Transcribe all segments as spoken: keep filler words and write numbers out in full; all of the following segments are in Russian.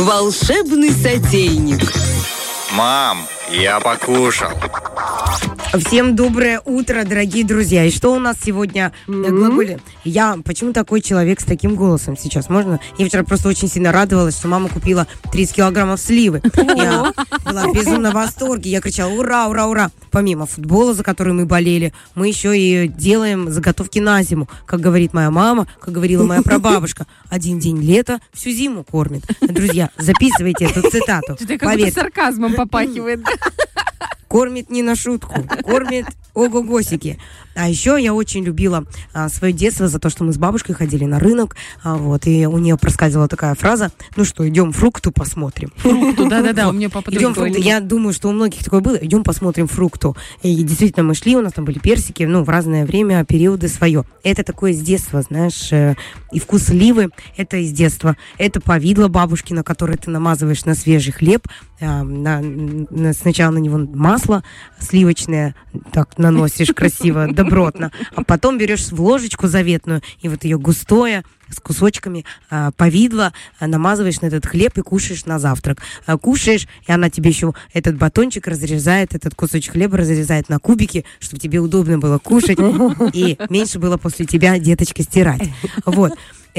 Волшебный сотейник. Мам, я покушал. Всем доброе утро, дорогие друзья. И что у нас сегодня mm-hmm. глаголе? Я почему такой человек с таким голосом сейчас? Можно? Я вчера просто очень сильно радовалась, что мама купила тридцать килограммов сливы. Я была в безумном восторге. Я кричала: ура, ура, ура. Помимо футбола, за который мы болели, мы еще и делаем заготовки на зиму. Как говорит моя мама, как говорила моя прабабушка, один день лета всю зиму кормит. Друзья, записывайте эту цитату. Что-то как будто сарказмом попахивает. Кормит не на шутку, кормит ого-госики. А еще я очень любила а, свое детство за то, что мы с бабушкой ходили на рынок, а, вот, и у нее проскальзывала такая фраза: ну что, идем фрукту посмотрим. Фрукту, да-да-да, у меня папа тоже идем фрукту. Я думаю, что у многих такое было: идем посмотрим фрукту. И действительно мы шли, у нас там были персики, ну, в разное время, периоды свое. Это такое с детства, знаешь, э, и вкус сливы, это из детства. Это повидло бабушкино, которое ты намазываешь на свежий хлеб, э, на, на, сначала на него масло сливочное, так наносишь красиво, добротно, а потом берешь в ложечку заветную, и вот ее густое, с кусочками а, повидло, а, намазываешь на этот хлеб и кушаешь на завтрак. А, кушаешь, и она тебе еще этот батончик разрезает, этот кусочек хлеба разрезает на кубики, чтобы тебе удобно было кушать, и меньше было после тебя, деточка, стирать. Вот.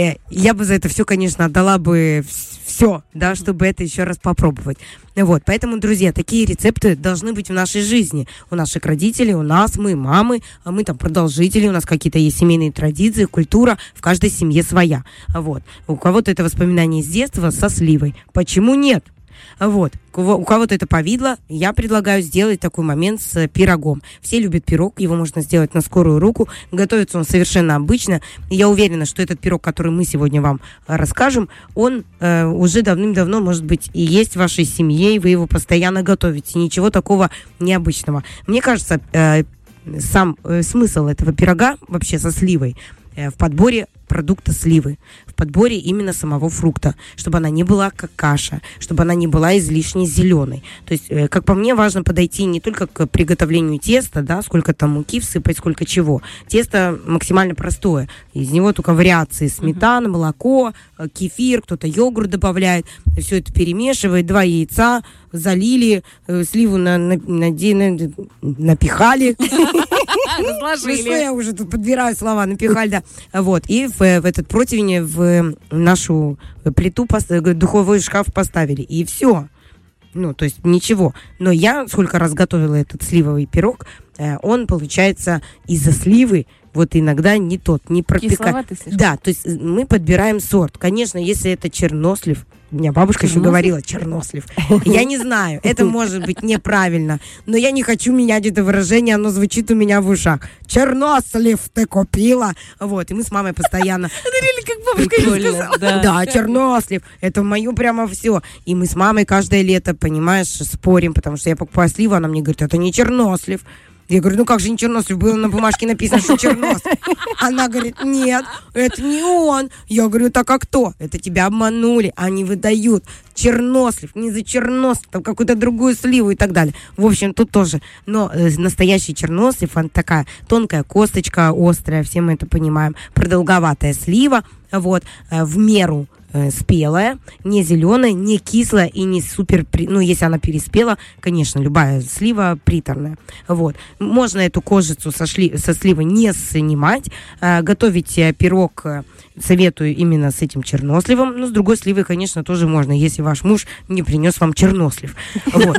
Я бы за это все, конечно, отдала бы все, да, чтобы это еще раз попробовать. Вот, поэтому, друзья, такие рецепты должны быть в нашей жизни. У наших родителей, у нас, мы, мамы, а мы там продолжители, у нас какие-то есть семейные традиции, культура, в каждой семье своя. Вот. У кого-то это воспоминания с детства со сливой. Почему нет? Вот. У кого-то это повидло, я предлагаю сделать такой момент с пирогом. Все любят пирог, его можно сделать на скорую руку. Готовится он совершенно обычно. И я уверена, что этот пирог, который мы сегодня вам расскажем, он э, уже давным-давно, может быть, и есть в вашей семье, и вы его постоянно готовите. Ничего такого необычного. Мне кажется, э, сам э, смысл этого пирога вообще со сливой э, в подборе продукта сливы, в подборе именно самого фрукта, чтобы она не была как каша, чтобы она не была излишне зеленой. То есть, э, как по мне, важно подойти не только к приготовлению теста, да, сколько там муки всыпать, сколько чего. Тесто максимально простое. Из него только вариации: сметана, молоко, кефир, кто-то йогурт добавляет. Все это перемешивает, два яйца, залили, э, сливу на, на, на, на, напихали. Разложили. Что я уже тут подбираю слова, напихали, да. Вот, и в, в этот противень, в нашу плиту, духовой шкаф поставили, и все. Ну, то есть ничего. Но я сколько раз готовила этот сливовый пирог, он получается из-за сливы вот иногда не тот, не пропекает. Да, то есть мы подбираем сорт. Конечно, если это чернослив, у меня бабушка чернослив? еще говорила чернослив. Я не знаю, это может быть неправильно, но я не хочу менять это выражение, оно звучит у меня в ушах. Чернослив ты купила. Вот, и мы с мамой постоянно... Это реально как бабушка ей сказала. Да, чернослив. Это мое прямо все. И мы с мамой каждое лето, понимаешь, спорим, потому что я покупаю сливу, она мне говорит: это не чернослив. Я говорю: ну как же не чернослив? Было на бумажке написано, что чернослив. Она говорит: нет, это не он. Я говорю: так а кто? Это тебя обманули, они выдают чернослив, не за чернослив, там какую-то другую сливу и так далее. В общем, тут тоже. Но э, настоящий чернослив, он такая тонкая косточка, острая, все мы это понимаем, продолговатая слива, вот, э, в меру спелая, не зеленая, не кислая и не супер, ну, если она переспела, конечно, любая слива приторная. Вот. Можно эту кожицу со, шли, со сливы не снимать. А, готовить пирог советую именно с этим черносливом. Но с другой сливой, конечно, тоже можно, если ваш муж не принес вам чернослив. Вот.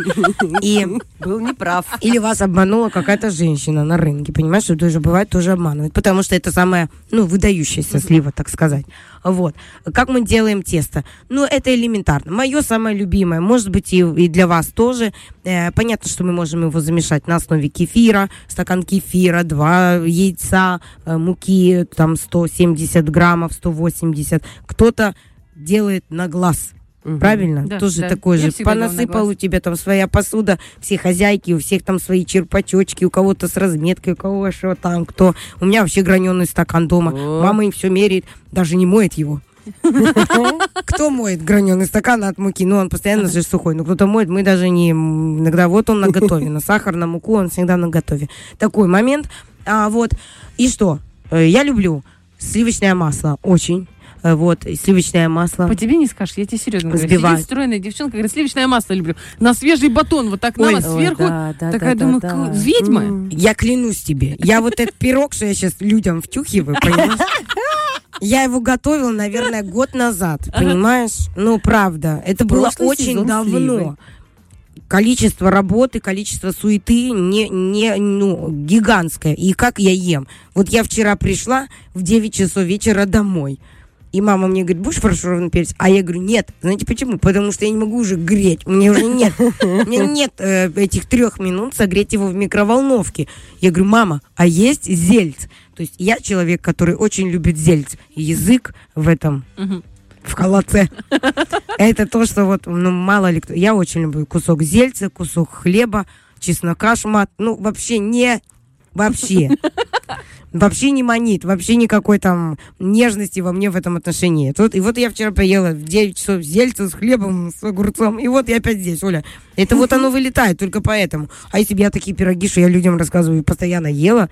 И был неправ. Или вас обманула какая-то женщина на рынке. Понимаешь, что тоже бывает, тоже обманывает. Потому что это самая, ну, выдающаяся слива, так сказать. Вот. Как мы делаем тесто? Ну, это элементарно. Мое самое любимое, может быть, и, и для вас тоже. Э, понятно, что мы можем его замешать на основе кефира. Стакан кефира, два яйца, э, муки, там сто семьдесят граммов, сто восемьдесят. Кто-то делает на глаз. Угу. Правильно? Да, Тоже да. такой Я же. Понасыпал у тебя там своя посуда, все хозяйки, у всех там свои черпачочки, у кого-то с разметкой, у кого что там, кто. У меня вообще граненый стакан дома. О. Мама им все меряет, даже не моет его. Кто моет граненый стакан от муки? Ну, он постоянно же сухой. Ну, кто-то моет, мы даже не... Иногда вот он наготове. На сахар, на муку он всегда наготове. Такой момент. А, вот. И что? Я люблю сливочное масло. Очень. э, вот, и сливочное масло. По тебе не скажешь, я тебе серьезно говорю. Взбиваю. Сидит стройная девчонка, говорит, сливочное масло люблю. На свежий батон, вот так Ой, на сверху. Ой, да, да, такая, да, думаю, да, ку- да. ведьма. М. Я клянусь тебе, я вот этот пирог, что я сейчас людям втюхиваю, понимаешь? Я его готовила, наверное, год назад, понимаешь? Ну, правда, это было Прошлый очень сезон давно. сливы. Количество работы, количество суеты не, не, ну, гигантское. И как я ем? Вот я вчера пришла в девять часов вечера домой. И мама мне говорит, будешь фаршированный перец? А я говорю, нет. Знаете почему? Потому что я не могу уже греть. У меня уже нет. У меня нет э, этих трех минут согреть его в микроволновке. Я говорю, мама, а есть зельц? То есть я человек, который очень любит зельц. И язык в этом... в холодце. Это то, что вот, ну, мало ли кто. Я очень люблю кусок зельца, кусок хлеба, чеснока, шмат. Ну, вообще не... Вообще. Вообще не манит. Вообще никакой там нежности во мне в этом отношении. Тут, и вот я вчера поела в девять часов зельца с хлебом, с огурцом. И вот я опять здесь, Оля. Это вот оно вылетает только поэтому. А если бы я такие пироги, что я людям рассказываю, постоянно ела,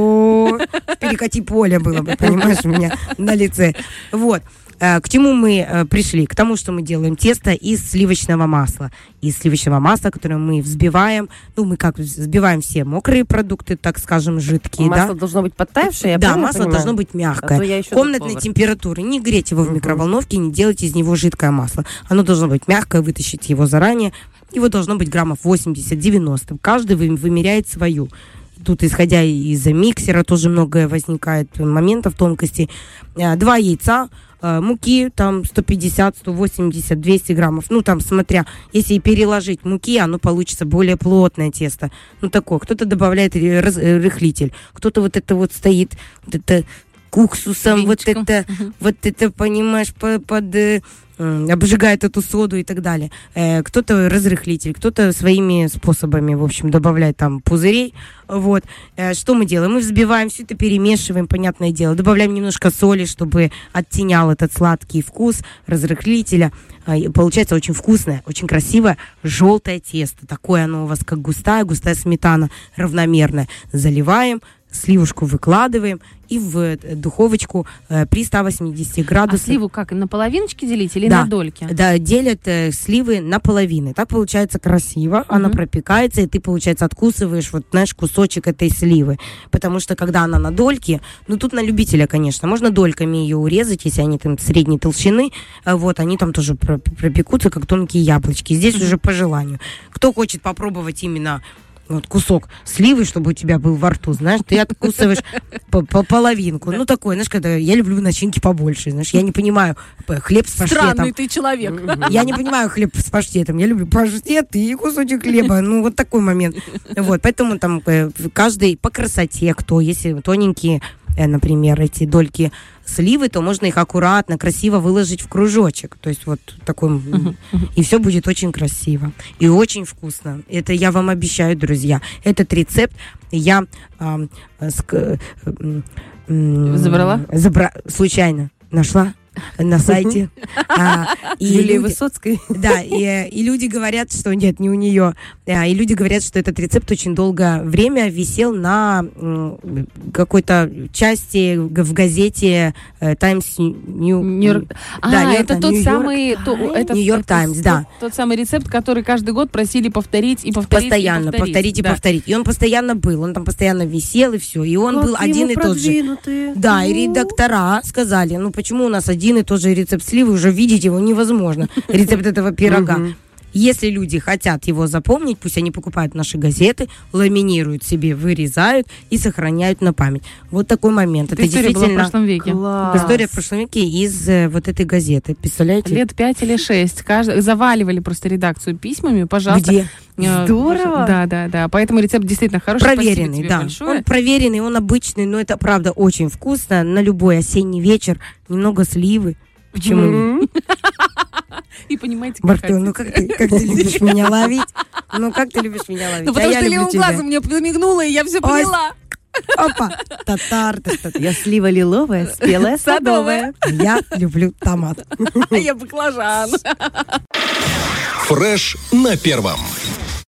о, перекати поле было бы, понимаешь, у меня на лице. Вот. К чему мы э, пришли? К тому, что мы делаем тесто из сливочного масла. Из сливочного масла, которое мы взбиваем. Ну, мы как взбиваем все мокрые продукты, так скажем, жидкие. Масло да? должно быть подтаявшее, я Да, правильно масло понимаю? должно быть А мягкое. то я еще Комнатной тут повар. температуры. Не греть его в Мгм. микроволновке, не делать из него жидкое масло. Оно должно быть мягкое, вытащить его заранее. Его должно быть граммов восемьдесят-девяносто. Каждый вы- вымеряет свою. Тут, исходя из миксера, тоже многое возникает моментов, тонкостей. А, Два яйца, а, муки, там сто пятьдесят, сто восемьдесят, двести граммов. Ну, там, смотря, если переложить муки, оно получится более плотное тесто. Ну, такое. Кто-то добавляет ре- раз- э, рыхлитель, кто-то вот это вот стоит, вот это к уксусом, вот Венчиком. это, вот это, понимаешь, по- под... э, м, обжигает эту соду и так далее. Э, кто-то разрыхлитель, кто-то своими способами, в общем, добавляет там пузырей. Вот. Э, что мы делаем? Мы взбиваем, все это перемешиваем, понятное дело. Добавляем немножко соли, чтобы оттенял этот сладкий вкус разрыхлителя. А, и получается очень вкусное, очень красивое желтое тесто. Такое оно у вас как густая, густая сметана, равномерная. Заливаем, сливушку выкладываем и в э, духовочку э, при ста восьмидесяти А градусах. сливу как, на половиночки делить или Да. на дольки? Да, делят э, сливы на половины. Так получается красиво, она Мгм. пропекается, и ты, получается, откусываешь, вот, знаешь, кусочек этой сливы. Потому что, когда она на дольке, ну, тут на любителя, конечно, можно дольками ее урезать, если они там средней толщины, э, вот, они там тоже про- пропекутся, как тонкие яблочки. Здесь уже по желанию. Кто хочет попробовать именно вот кусок сливы, чтобы у тебя был во рту, знаешь, ты откусываешь по, по половинку. Ну, такой, знаешь, когда я люблю начинки побольше, знаешь, я не понимаю п- хлеб с паштетом. Странный ты человек. Я не понимаю хлеб с паштетом. Я люблю паштет и кусочек хлеба. Ну, вот такой момент. Вот, поэтому там э, каждый по красоте, кто, если тоненькие, э, например, эти дольки сливы, то можно их аккуратно, красиво выложить в кружочек. То есть вот такой... м, И все будет очень красиво. И очень вкусно. Это я вам обещаю, друзья. Этот рецепт я... ам, ск- м, м, Забрала? забра- Случайно нашла на сайте. А, и Юлии люди- Высоцкой. Да, и, и люди говорят, что нет, не у нее. А, И люди говорят, что этот рецепт очень долгое время висел на м, какой-то части г- в газете э, Times New... Нью-Йорк. А, Да, Нью-Йорк это Таймс. тот Нью-Йорк самый... то- это- Нью-Йорк это Таймс, тот- да. Тот самый рецепт, который каждый год просили повторить и повторить. Постоянно, и повторить. повторить и Да. повторить. И он постоянно был, он там постоянно висел, и все. И он был Какие один мы и тот же. продвинутые. Да, и Ну. редактора сказали, ну почему у нас один и тот же рецепт сливы, уже видеть его невозможно. Рецепт этого пирога. Мгм. Если люди хотят его запомнить, пусть они покупают наши газеты, ламинируют себе, вырезают и сохраняют на память. Вот такой момент. Эта Это история была в действительно прошлом веке. Класс. история в прошлом веке из э, вот этой газеты. Представляете? Лет пять или шесть. Каждый... Заваливали просто редакцию письмами, пожалуйста. Где? Э, Здорово. Да, да, да. Поэтому рецепт действительно хороший. Спасибо Проверенный, тебе да. большое. Он проверенный, он обычный, но это правда очень вкусно. На любой осенний вечер немного сливы. Почему нет? Мгм. И понимаете, как Бартон, ну хотите. как ты, как ты любишь меня ловить? Ну как ты любишь меня ловить? Ну, А потому я что люблю левым тебя. глазом мне подмигнула, и я все Ой, поняла. Опа, татар, татар. Я слива лиловая, спелая садовая. Я люблю томат. А я баклажан. Фреш на первом.